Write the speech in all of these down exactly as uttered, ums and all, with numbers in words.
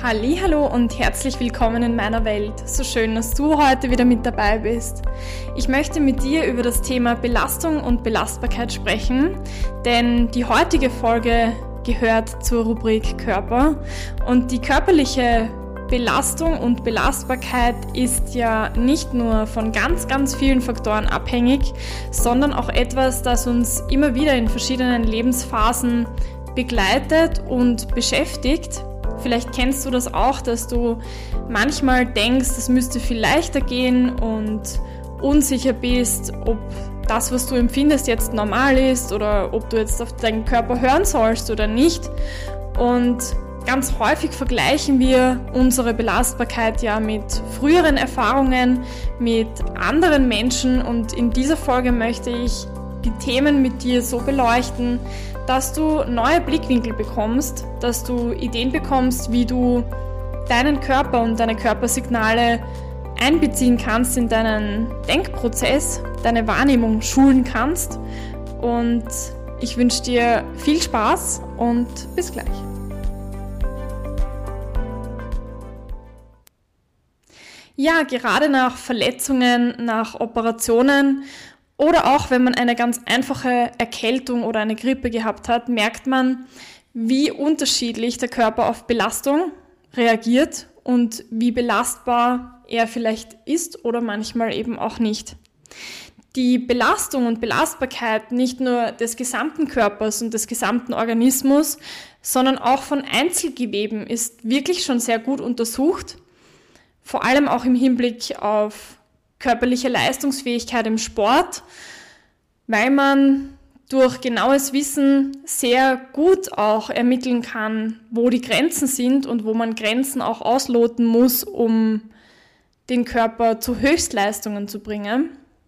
Hallihallo und herzlich willkommen in meiner Welt. So schön, dass du heute wieder mit dabei bist. Ich möchte mit dir über das Thema Belastung und Belastbarkeit sprechen, denn die heutige Folge gehört zur Rubrik Körper und die körperliche Belastung und Belastbarkeit ist ja nicht nur von ganz, ganz vielen Faktoren abhängig, sondern auch etwas, das uns immer wieder in verschiedenen Lebensphasen begleitet und beschäftigt. Vielleicht kennst du das auch, dass du manchmal denkst, es müsste viel leichter gehen und unsicher bist, ob das, was du empfindest, jetzt normal ist oder ob du jetzt auf deinen Körper hören sollst oder nicht. Und ganz häufig vergleichen wir unsere Belastbarkeit ja mit früheren Erfahrungen, mit anderen Menschen und in dieser Folge möchte ich die Themen mit dir so beleuchten, dass du neue Blickwinkel bekommst, dass du Ideen bekommst, wie du deinen Körper und deine Körpersignale einbeziehen kannst in deinen Denkprozess, deine Wahrnehmung schulen kannst. Und ich wünsche dir viel Spaß und bis gleich. Ja, gerade nach Verletzungen, nach Operationen oder auch wenn man eine ganz einfache Erkältung oder eine Grippe gehabt hat, merkt man, wie unterschiedlich der Körper auf Belastung reagiert und wie belastbar er vielleicht ist oder manchmal eben auch nicht. Die Belastung und Belastbarkeit nicht nur des gesamten Körpers und des gesamten Organismus, sondern auch von Einzelgeweben ist wirklich schon sehr gut untersucht, vor allem auch im Hinblick auf körperliche Leistungsfähigkeit im Sport, weil man durch genaues Wissen sehr gut auch ermitteln kann, wo die Grenzen sind und wo man Grenzen auch ausloten muss, um den Körper zu Höchstleistungen zu bringen.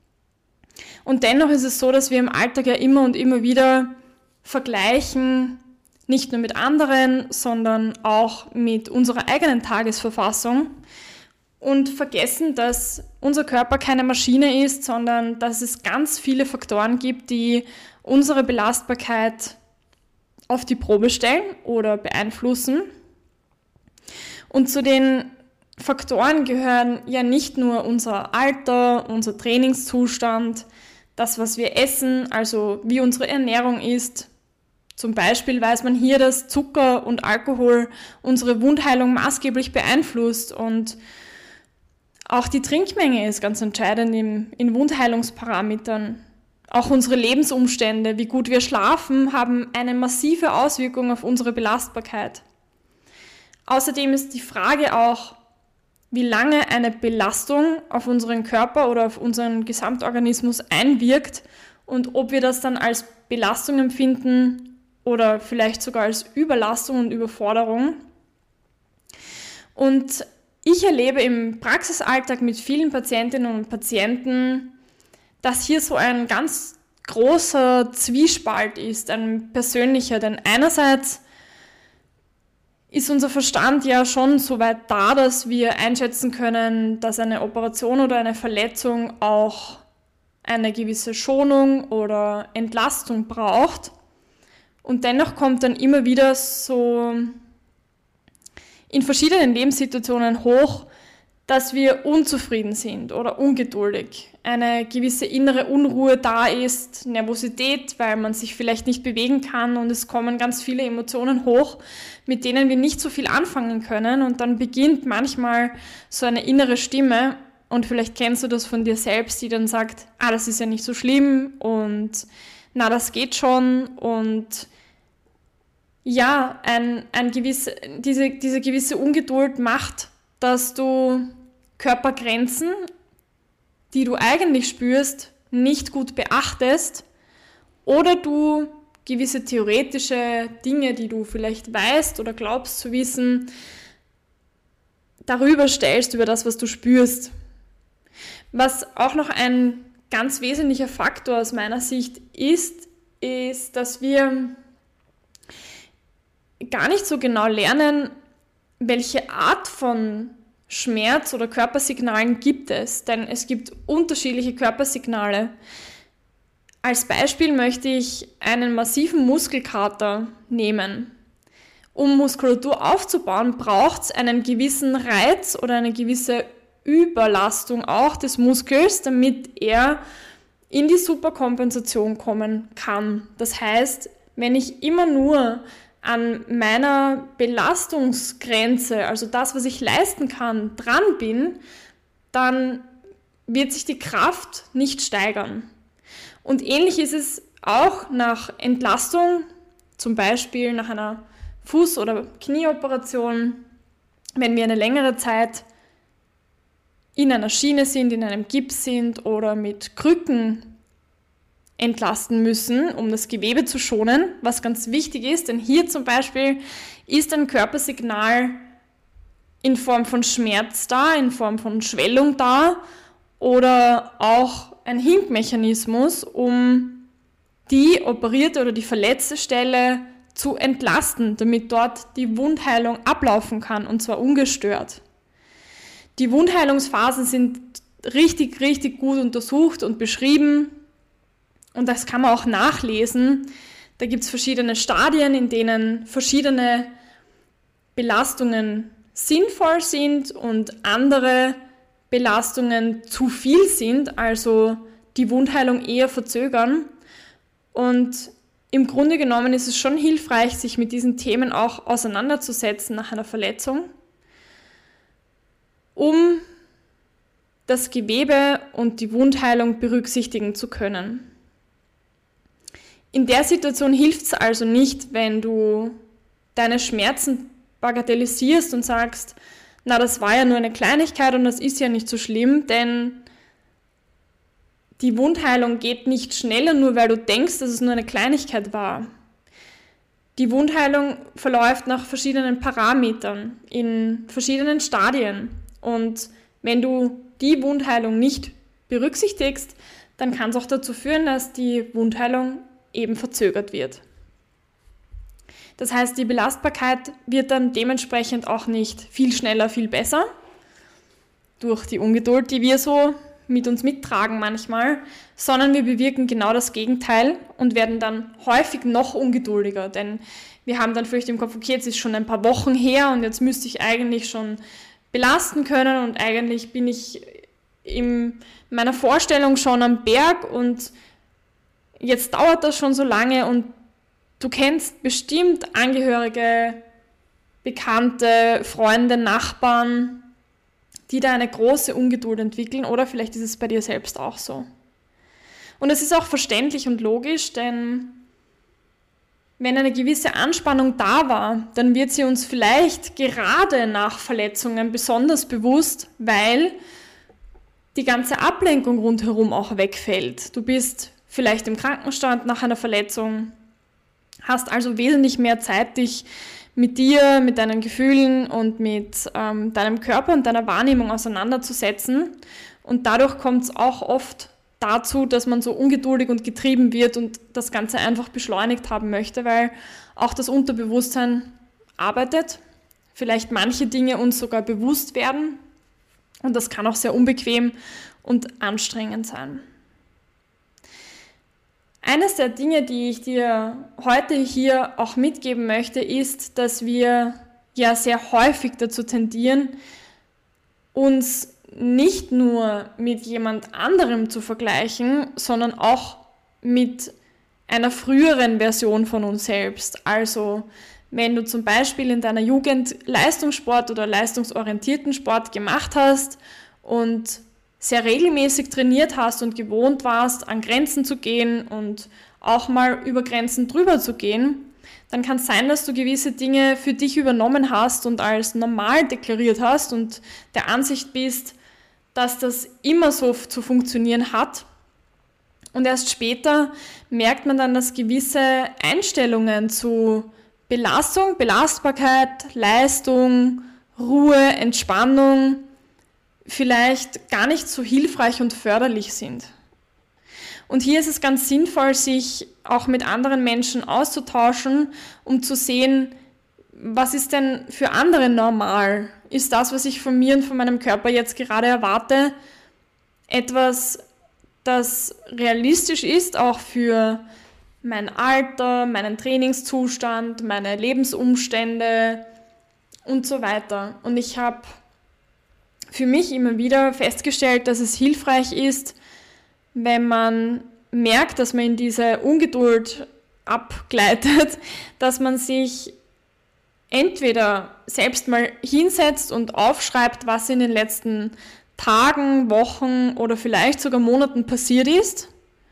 Und dennoch ist es so, dass wir im Alltag ja immer und immer wieder vergleichen, nicht nur mit anderen, sondern auch mit unserer eigenen Tagesverfassung. Und vergessen, dass unser Körper keine Maschine ist, sondern dass es ganz viele Faktoren gibt, die unsere Belastbarkeit auf die Probe stellen oder beeinflussen. Und zu den Faktoren gehören ja nicht nur unser Alter, unser Trainingszustand, das, was wir essen, also wie unsere Ernährung ist. Zum Beispiel weiß man hier, dass Zucker und Alkohol unsere Wundheilung maßgeblich beeinflusst und auch die Trinkmenge ist ganz entscheidend in, in Wundheilungsparametern. Auch unsere Lebensumstände, wie gut wir schlafen, haben eine massive Auswirkung auf unsere Belastbarkeit. Außerdem ist die Frage auch, wie lange eine Belastung auf unseren Körper oder auf unseren Gesamtorganismus einwirkt und ob wir das dann als Belastung empfinden oder vielleicht sogar als Überlastung und Überforderung. Und ich erlebe im Praxisalltag mit vielen Patientinnen und Patienten, dass hier so ein ganz großer Zwiespalt ist, ein persönlicher. Denn einerseits ist unser Verstand ja schon so weit da, dass wir einschätzen können, dass eine Operation oder eine Verletzung auch eine gewisse Schonung oder Entlastung braucht. Und dennoch kommt dann immer wieder so in verschiedenen Lebenssituationen hoch, dass wir unzufrieden sind oder ungeduldig. Eine gewisse innere Unruhe da ist, Nervosität, weil man sich vielleicht nicht bewegen kann und es kommen ganz viele Emotionen hoch, mit denen wir nicht so viel anfangen können und dann beginnt manchmal so eine innere Stimme und vielleicht kennst du das von dir selbst, die dann sagt, ah, das ist ja nicht so schlimm und na, das geht schon und ja, ein, ein gewisse, diese, diese gewisse Ungeduld macht, dass du Körpergrenzen, die du eigentlich spürst, nicht gut beachtest oder du gewisse theoretische Dinge, die du vielleicht weißt oder glaubst zu wissen, darüber stellst, über das, was du spürst. Was auch noch ein ganz wesentlicher Faktor aus meiner Sicht ist, ist, dass wir gar nicht so genau lernen, welche Art von Schmerz oder Körpersignalen gibt es, denn es gibt unterschiedliche Körpersignale. Als Beispiel möchte ich einen massiven Muskelkater nehmen um Muskulatur aufzubauen, braucht es einen gewissen Reiz oder eine gewisse Überlastung auch des Muskels, damit er in die Superkompensation kommen kann. Das heißt, wenn ich immer nur an meiner Belastungsgrenze, also das, was ich leisten kann, dran bin, dann wird sich die Kraft nicht steigern. Und ähnlich ist es auch nach Entlastung, zum Beispiel nach einer Fuß- oder Knieoperation, wenn wir eine längere Zeit in einer Schiene sind, in einem Gips sind oder mit Krücken entlasten müssen, um das Gewebe zu schonen, was ganz wichtig ist, denn hier zum Beispiel ist ein Körpersignal in Form von Schmerz da, in Form von Schwellung da oder auch ein Hinkmechanismus, um die operierte oder die verletzte Stelle zu entlasten, damit dort die Wundheilung ablaufen kann und zwar ungestört. Die Wundheilungsphasen sind richtig, richtig gut untersucht und beschrieben und das kann man auch nachlesen. Da gibt es verschiedene Stadien, in denen verschiedene Belastungen sinnvoll sind und andere Belastungen zu viel sind, also die Wundheilung eher verzögern. Und im Grunde genommen ist es schon hilfreich, sich mit diesen Themen auch auseinanderzusetzen nach einer Verletzung, um das Gewebe und die Wundheilung berücksichtigen zu können. In der Situation hilft es also nicht, wenn du deine Schmerzen bagatellisierst und sagst, na, das war ja nur eine Kleinigkeit und das ist ja nicht so schlimm, denn die Wundheilung geht nicht schneller, nur weil du denkst, dass es nur eine Kleinigkeit war. Die Wundheilung verläuft nach verschiedenen Parametern, in verschiedenen Stadien. Und wenn du die Wundheilung nicht berücksichtigst, dann kann es auch dazu führen, dass die Wundheilung eben verzögert wird. Das heißt, die Belastbarkeit wird dann dementsprechend auch nicht viel schneller, viel besser, durch die Ungeduld, die wir so mit uns mittragen manchmal, sondern wir bewirken genau das Gegenteil und werden dann häufig noch ungeduldiger, denn wir haben dann vielleicht im Kopf, okay, jetzt ist schon ein paar Wochen her und jetzt müsste ich eigentlich schon belasten können und eigentlich bin ich in meiner Vorstellung schon am Berg und jetzt dauert das schon so lange und du kennst bestimmt Angehörige, Bekannte, Freunde, Nachbarn, die da eine große Ungeduld entwickeln oder vielleicht ist es bei dir selbst auch so. Und es ist auch verständlich und logisch, denn wenn eine gewisse Anspannung da war, dann wird sie uns vielleicht gerade nach Verletzungen besonders bewusst, weil die ganze Ablenkung rundherum auch wegfällt. Du bist vielleicht im Krankenstand nach einer Verletzung, hast also wesentlich mehr Zeit, dich mit dir, mit deinen Gefühlen und mit ähm, deinem Körper und deiner Wahrnehmung auseinanderzusetzen. Und dadurch kommt es auch oft dazu, dass man so ungeduldig und getrieben wird und das Ganze einfach beschleunigt haben möchte, weil auch das Unterbewusstsein arbeitet, vielleicht manche Dinge uns sogar bewusst werden und das kann auch sehr unbequem und anstrengend sein. Eines der Dinge, die ich dir heute hier auch mitgeben möchte, ist, dass wir ja sehr häufig dazu tendieren, uns nicht nur mit jemand anderem zu vergleichen, sondern auch mit einer früheren Version von uns selbst. Also wenn du zum Beispiel in deiner Jugend Leistungssport oder leistungsorientierten Sport gemacht hast und sehr regelmäßig trainiert hast und gewohnt warst, an Grenzen zu gehen und auch mal über Grenzen drüber zu gehen, dann kann es sein, dass du gewisse Dinge für dich übernommen hast und als normal deklariert hast und der Ansicht bist, dass das immer so zu funktionieren hat. Und erst später merkt man dann, dass gewisse Einstellungen zu Belastung, Belastbarkeit, Leistung, Ruhe, Entspannung vielleicht gar nicht so hilfreich und förderlich sind. Und hier ist es ganz sinnvoll, sich auch mit anderen Menschen auszutauschen, um zu sehen, was ist denn für andere normal? Ist das, was ich von mir und von meinem Körper jetzt gerade erwarte, etwas, das realistisch ist, auch für mein Alter, meinen Trainingszustand, meine Lebensumstände und so weiter. Und ich habe für mich immer wieder festgestellt, dass es hilfreich ist, wenn man merkt, dass man in diese Ungeduld abgleitet, dass man sich entweder selbst mal hinsetzt und aufschreibt, was in den letzten Tagen, Wochen oder vielleicht sogar Monaten passiert ist,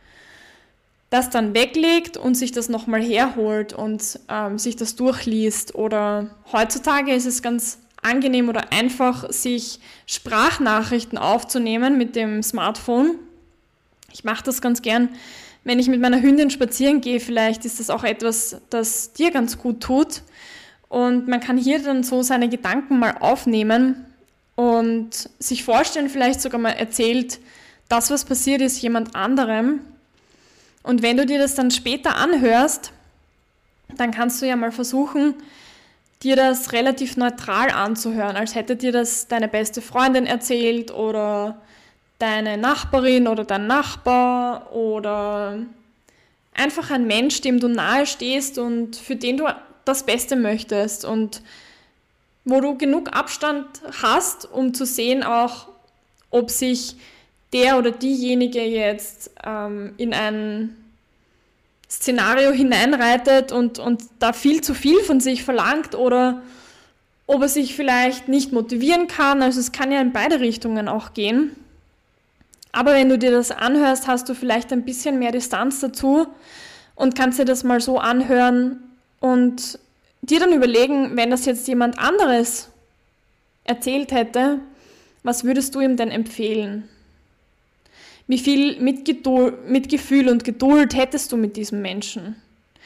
das dann weglegt und sich das nochmal herholt und ähm, sich das durchliest. Oder heutzutage ist es ganz angenehm oder einfach, sich Sprachnachrichten aufzunehmen mit dem Smartphone. Ich mache das ganz gern, wenn ich mit meiner Hündin spazieren gehe. Vielleicht ist das auch etwas, das dir ganz gut tut. Und man kann hier dann so seine Gedanken mal aufnehmen und sich vorstellen, vielleicht sogar mal erzählt, das, was passiert ist, jemand anderem. Und wenn du dir das dann später anhörst, dann kannst du ja mal versuchen, dir das relativ neutral anzuhören, als hätte dir das deine beste Freundin erzählt oder deine Nachbarin oder dein Nachbar oder einfach ein Mensch, dem du nahe stehst und für den du das Beste möchtest und wo du genug Abstand hast, um zu sehen auch, ob sich der oder diejenige jetzt ähm, in ein Szenario hineinreitet und, und da viel zu viel von sich verlangt oder ob er sich vielleicht nicht motivieren kann. Also es kann ja in beide Richtungen auch gehen. Aber wenn du dir das anhörst, hast du vielleicht ein bisschen mehr Distanz dazu und kannst dir das mal so anhören und dir dann überlegen, wenn das jetzt jemand anderes erzählt hätte, was würdest du ihm denn empfehlen? Wie viel Mitgeduld, Mitgefühl und Geduld hättest du mit diesem Menschen?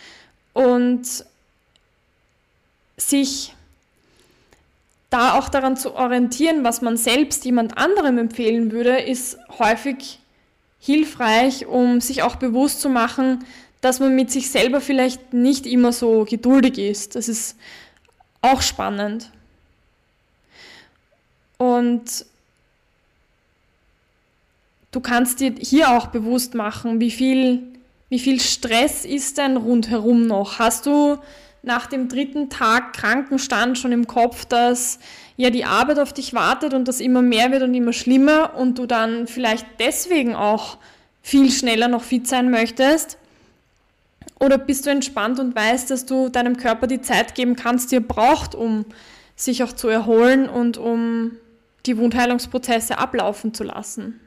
Und sich da auch daran zu orientieren, was man selbst jemand anderem empfehlen würde, ist häufig hilfreich, um sich auch bewusst zu machen, dass man mit sich selber vielleicht nicht immer so geduldig ist. Das ist auch spannend. Und du kannst dir hier auch bewusst machen, wie viel, wie viel Stress ist denn rundherum noch? Hast du nach dem dritten Tag Krankenstand schon im Kopf, dass ja die Arbeit auf dich wartet und das immer mehr wird und immer schlimmer und du dann vielleicht deswegen auch viel schneller noch fit sein möchtest? Oder bist du entspannt und weißt, dass du deinem Körper die Zeit geben kannst, die er braucht, um sich auch zu erholen und um die Wundheilungsprozesse ablaufen zu lassen?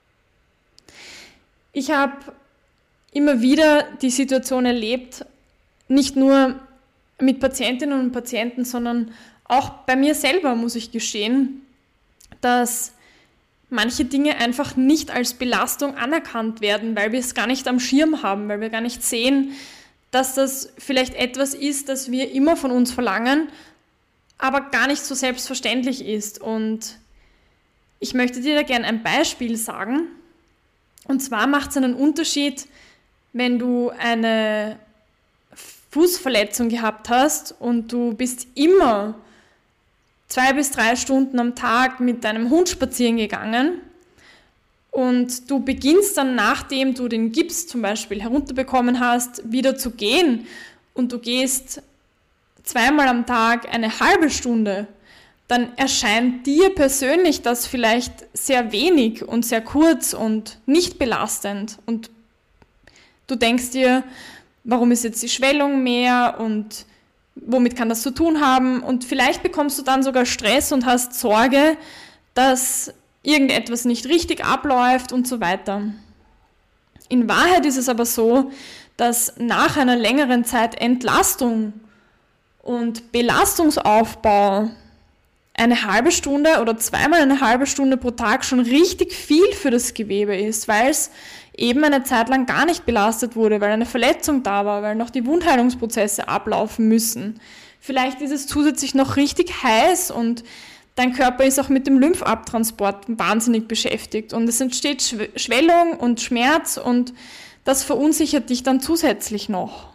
Ich habe immer wieder die Situation erlebt, nicht nur mit Patientinnen und Patienten, sondern auch bei mir selber, muss ich gestehen, dass manche Dinge einfach nicht als Belastung anerkannt werden, weil wir es gar nicht am Schirm haben, weil wir gar nicht sehen, dass das vielleicht etwas ist, das wir immer von uns verlangen, aber gar nicht so selbstverständlich ist. Und ich möchte dir da gerne ein Beispiel sagen. Und zwar macht es einen Unterschied, wenn du eine Fußverletzung gehabt hast und du bist immer zwei bis drei Stunden am Tag mit deinem Hund spazieren gegangen und du beginnst dann, nachdem du den Gips zum Beispiel herunterbekommen hast, wieder zu gehen und du gehst zweimal am Tag eine halbe Stunde, dann erscheint dir persönlich das vielleicht sehr wenig und sehr kurz und nicht belastend und du denkst dir, warum ist jetzt die Schwellung mehr und womit kann das zu tun haben? Und vielleicht bekommst du dann sogar Stress und hast Sorge, dass irgendetwas nicht richtig abläuft und so weiter. In Wahrheit ist es aber so, dass nach einer längeren Zeit Entlastung und Belastungsaufbau eine halbe Stunde oder zweimal eine halbe Stunde pro Tag schon richtig viel für das Gewebe ist, weil es eben eine Zeit lang gar nicht belastet wurde, weil eine Verletzung da war, weil noch die Wundheilungsprozesse ablaufen müssen. Vielleicht ist es zusätzlich noch richtig heiß und dein Körper ist auch mit dem Lymphabtransport wahnsinnig beschäftigt und es entsteht Schwellung und Schmerz und das verunsichert dich dann zusätzlich noch.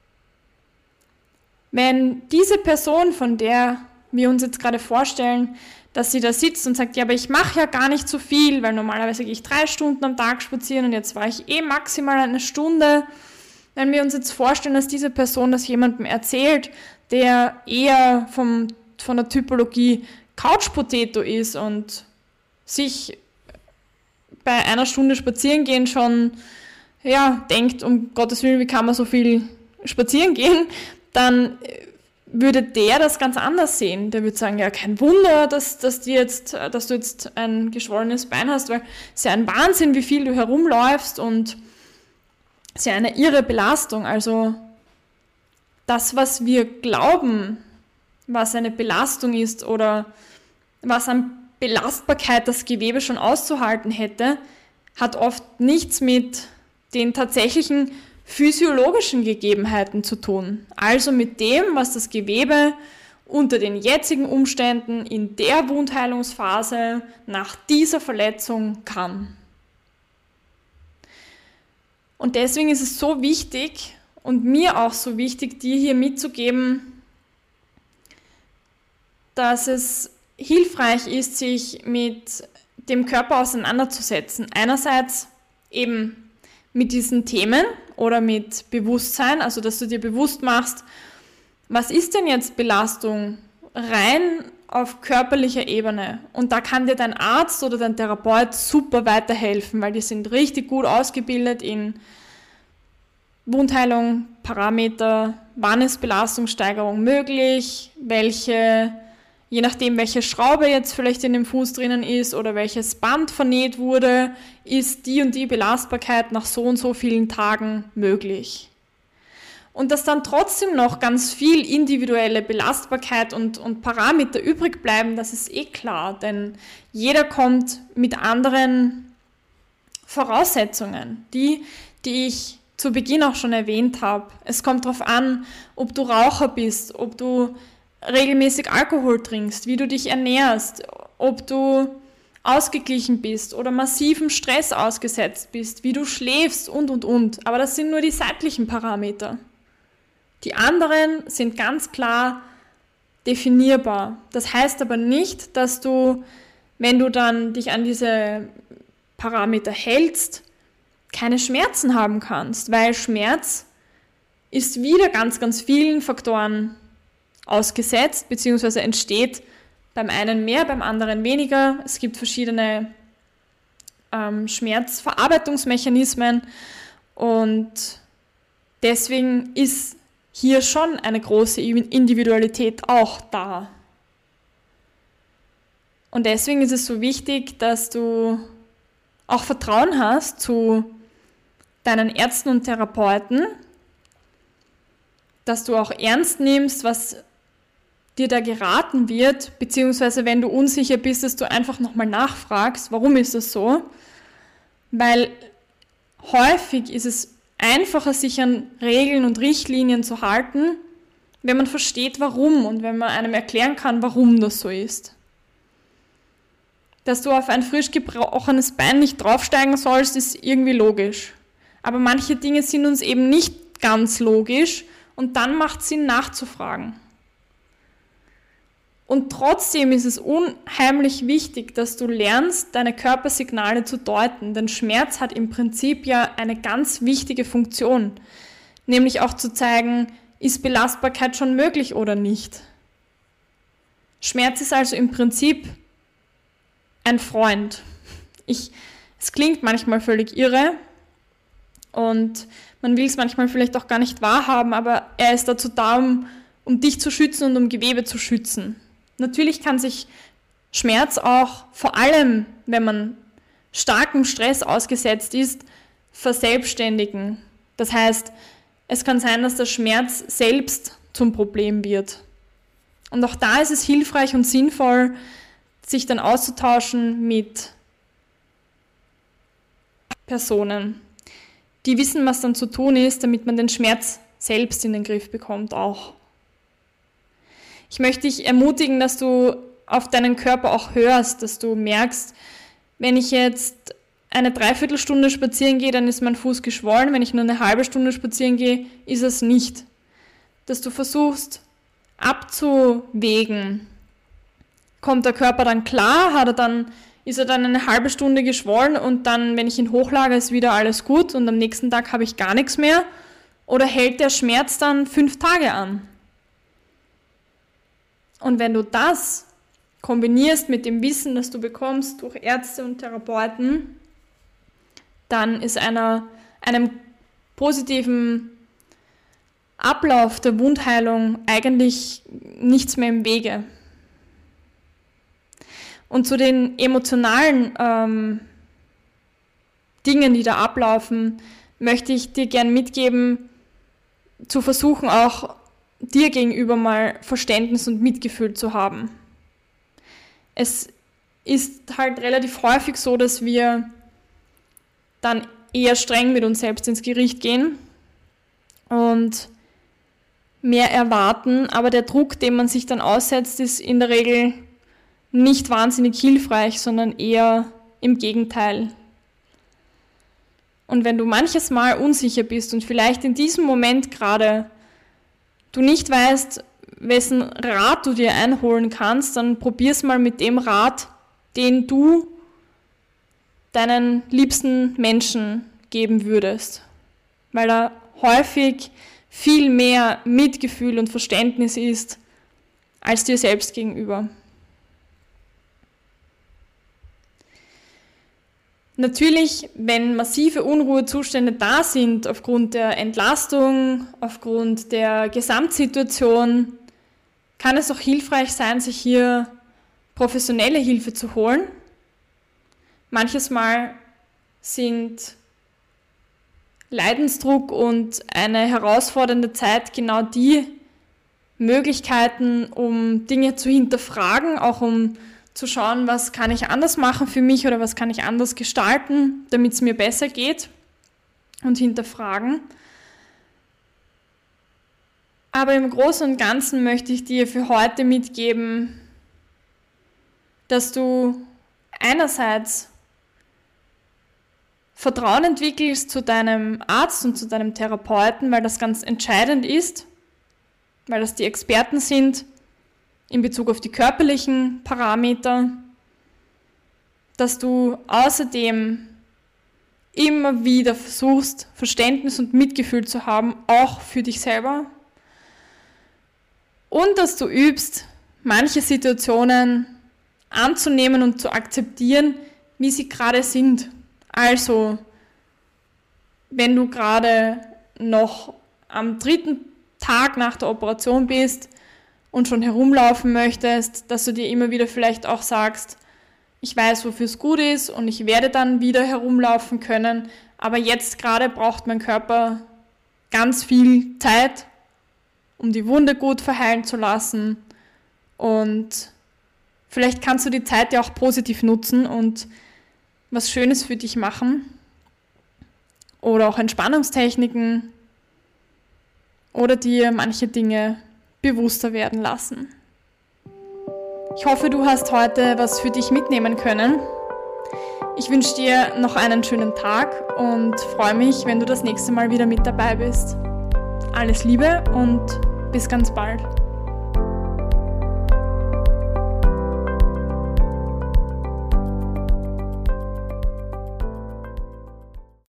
Wenn diese Person, von der wir uns jetzt gerade vorstellen, dass sie da sitzt und sagt, ja, aber ich mache ja gar nicht so viel, weil normalerweise gehe ich drei Stunden am Tag spazieren und jetzt war ich eh maximal eine Stunde Wenn wir uns jetzt vorstellen, dass diese Person das jemandem erzählt, der eher vom, von der Typologie Couch Potato ist und sich bei einer Stunde spazieren gehen schon ja, denkt, um Gottes Willen, wie kann man so viel spazieren gehen, dann würde der das ganz anders sehen. Der würde sagen, ja, kein Wunder, dass, dass, die jetzt, dass du jetzt ein geschwollenes Bein hast, weil es ist ja ein Wahnsinn, wie viel du herumläufst und es ist ja eine irre Belastung. Also das, was wir glauben, was eine Belastung ist oder was an Belastbarkeit das Gewebe schon auszuhalten hätte, hat oft nichts mit den tatsächlichen physiologischen Gegebenheiten zu tun. Also mit dem, was das Gewebe unter den jetzigen Umständen in der Wundheilungsphase nach dieser Verletzung kann. Und deswegen ist es so wichtig und mir auch so wichtig, dir hier mitzugeben, dass es hilfreich ist, sich mit dem Körper auseinanderzusetzen. Einerseits eben mit diesen Themen oder mit Bewusstsein, also dass du dir bewusst machst, was ist denn jetzt Belastung rein auf körperlicher Ebene? Und da kann dir dein Arzt oder dein Therapeut super weiterhelfen, weil die sind richtig gut ausgebildet in Wundheilung, Parameter, wann ist Belastungssteigerung möglich, welche, je nachdem welche Schraube jetzt vielleicht in dem Fuß drinnen ist oder welches Band vernäht wurde, ist die und die Belastbarkeit nach so und so vielen Tagen möglich. Und dass dann trotzdem noch ganz viel individuelle Belastbarkeit und, und Parameter übrig bleiben, das ist eh klar, denn jeder kommt mit anderen Voraussetzungen, die, die ich zu Beginn auch schon erwähnt habe. Es kommt darauf an, ob du Raucher bist, ob du regelmäßig Alkohol trinkst, wie du dich ernährst, ob du ausgeglichen bist oder massivem Stress ausgesetzt bist, wie du schläfst und, und, und. Aber das sind nur die seitlichen Parameter. Die anderen sind ganz klar definierbar. Das heißt aber nicht, dass du, wenn du dann dich an diese Parameter hältst, keine Schmerzen haben kannst, weil Schmerz ist wieder ganz, ganz vielen Faktoren ausgesetzt, beziehungsweise entsteht beim einen mehr, beim anderen weniger. Es gibt verschiedene ähm, Schmerzverarbeitungsmechanismen und deswegen ist hier schon eine große Individualität auch da. Und deswegen ist es so wichtig, dass du auch Vertrauen hast zu deinen Ärzten und Therapeuten, dass du auch ernst nimmst, was dir da geraten wird, beziehungsweise wenn du unsicher bist, dass du einfach nochmal nachfragst, warum ist das so? Weil häufig ist es einfacher, sich an Regeln und Richtlinien zu halten, wenn man versteht, warum und wenn man einem erklären kann, warum das so ist. Dass du auf ein frisch gebrochenes Bein nicht draufsteigen sollst, ist irgendwie logisch. Aber manche Dinge sind uns eben nicht ganz logisch und dann macht es Sinn nachzufragen. Und trotzdem ist es unheimlich wichtig, dass du lernst, deine Körpersignale zu deuten, denn Schmerz hat im Prinzip ja eine ganz wichtige Funktion, nämlich auch zu zeigen, ist Belastbarkeit schon möglich oder nicht. Schmerz ist also im Prinzip ein Freund. Ich, es klingt manchmal völlig irre und man will es manchmal vielleicht auch gar nicht wahrhaben, aber er ist dazu da, um, um dich zu schützen und um Gewebe zu schützen. Natürlich kann sich Schmerz auch, vor allem wenn man starkem Stress ausgesetzt ist, verselbstständigen. Das heißt, es kann sein, dass der Schmerz selbst zum Problem wird. Und auch da ist es hilfreich und sinnvoll, sich dann auszutauschen mit Personen, die wissen, was dann zu tun ist, damit man den Schmerz selbst in den Griff bekommt auch. Ich möchte dich ermutigen, dass du auf deinen Körper auch hörst, dass du merkst, wenn ich jetzt eine Dreiviertelstunde spazieren gehe, dann ist mein Fuß geschwollen, wenn ich nur eine halbe Stunde spazieren gehe, ist es nicht. Dass du versuchst abzuwägen, kommt der Körper dann klar, hat er dann, ist er dann eine halbe Stunde geschwollen und dann, wenn ich ihn hochlage, ist wieder alles gut und am nächsten Tag habe ich gar nichts mehr? Oder hält der Schmerz dann fünf Tage an? Und wenn du das kombinierst mit dem Wissen, das du bekommst durch Ärzte und Therapeuten, dann ist einer, einem positiven Ablauf der Wundheilung eigentlich nichts mehr im Wege. Und zu den emotionalen ähm, Dingen, die da ablaufen, möchte ich dir gern mitgeben, zu versuchen, auch dir gegenüber mal Verständnis und Mitgefühl zu haben. Es ist halt relativ häufig so, dass wir dann eher streng mit uns selbst ins Gericht gehen und mehr erwarten, aber der Druck, den man sich dann aussetzt, ist in der Regel nicht wahnsinnig hilfreich, sondern eher im Gegenteil. Und wenn du manches Mal unsicher bist und vielleicht in diesem Moment gerade du nicht weißt, wessen Rat du dir einholen kannst, dann probier's mal mit dem Rat, den du deinen liebsten Menschen geben würdest. Weil da häufig viel mehr Mitgefühl und Verständnis ist als dir selbst gegenüber. Natürlich, wenn massive Unruhezustände da sind, aufgrund der Entlastung, aufgrund der Gesamtsituation, kann es auch hilfreich sein, sich hier professionelle Hilfe zu holen. Manches Mal sind Leidensdruck und eine herausfordernde Zeit genau die Möglichkeiten, um Dinge zu hinterfragen, auch um zu schauen, was kann ich anders machen für mich oder was kann ich anders gestalten, damit es mir besser geht, und hinterfragen. Aber im Großen und Ganzen möchte ich dir für heute mitgeben, dass du einerseits Vertrauen entwickelst zu deinem Arzt und zu deinem Therapeuten, weil das ganz entscheidend ist, weil das die Experten sind in Bezug auf die körperlichen Parameter, dass du außerdem immer wieder versuchst, Verständnis und Mitgefühl zu haben, auch für dich selber, und dass du übst, manche Situationen anzunehmen und zu akzeptieren, wie sie gerade sind. Also, wenn du gerade noch am dritten Tag nach der Operation bist und schon herumlaufen möchtest, dass du dir immer wieder vielleicht auch sagst, ich weiß, wofür es gut ist und ich werde dann wieder herumlaufen können, aber jetzt gerade braucht mein Körper ganz viel Zeit, um die Wunde gut verheilen zu lassen, und vielleicht kannst du die Zeit ja auch positiv nutzen und was Schönes für dich machen oder auch Entspannungstechniken oder dir manche Dinge bewusster werden lassen. Ich hoffe, du hast heute was für dich mitnehmen können. Ich wünsche dir noch einen schönen Tag und freue mich, wenn du das nächste Mal wieder mit dabei bist. Alles Liebe und bis ganz bald.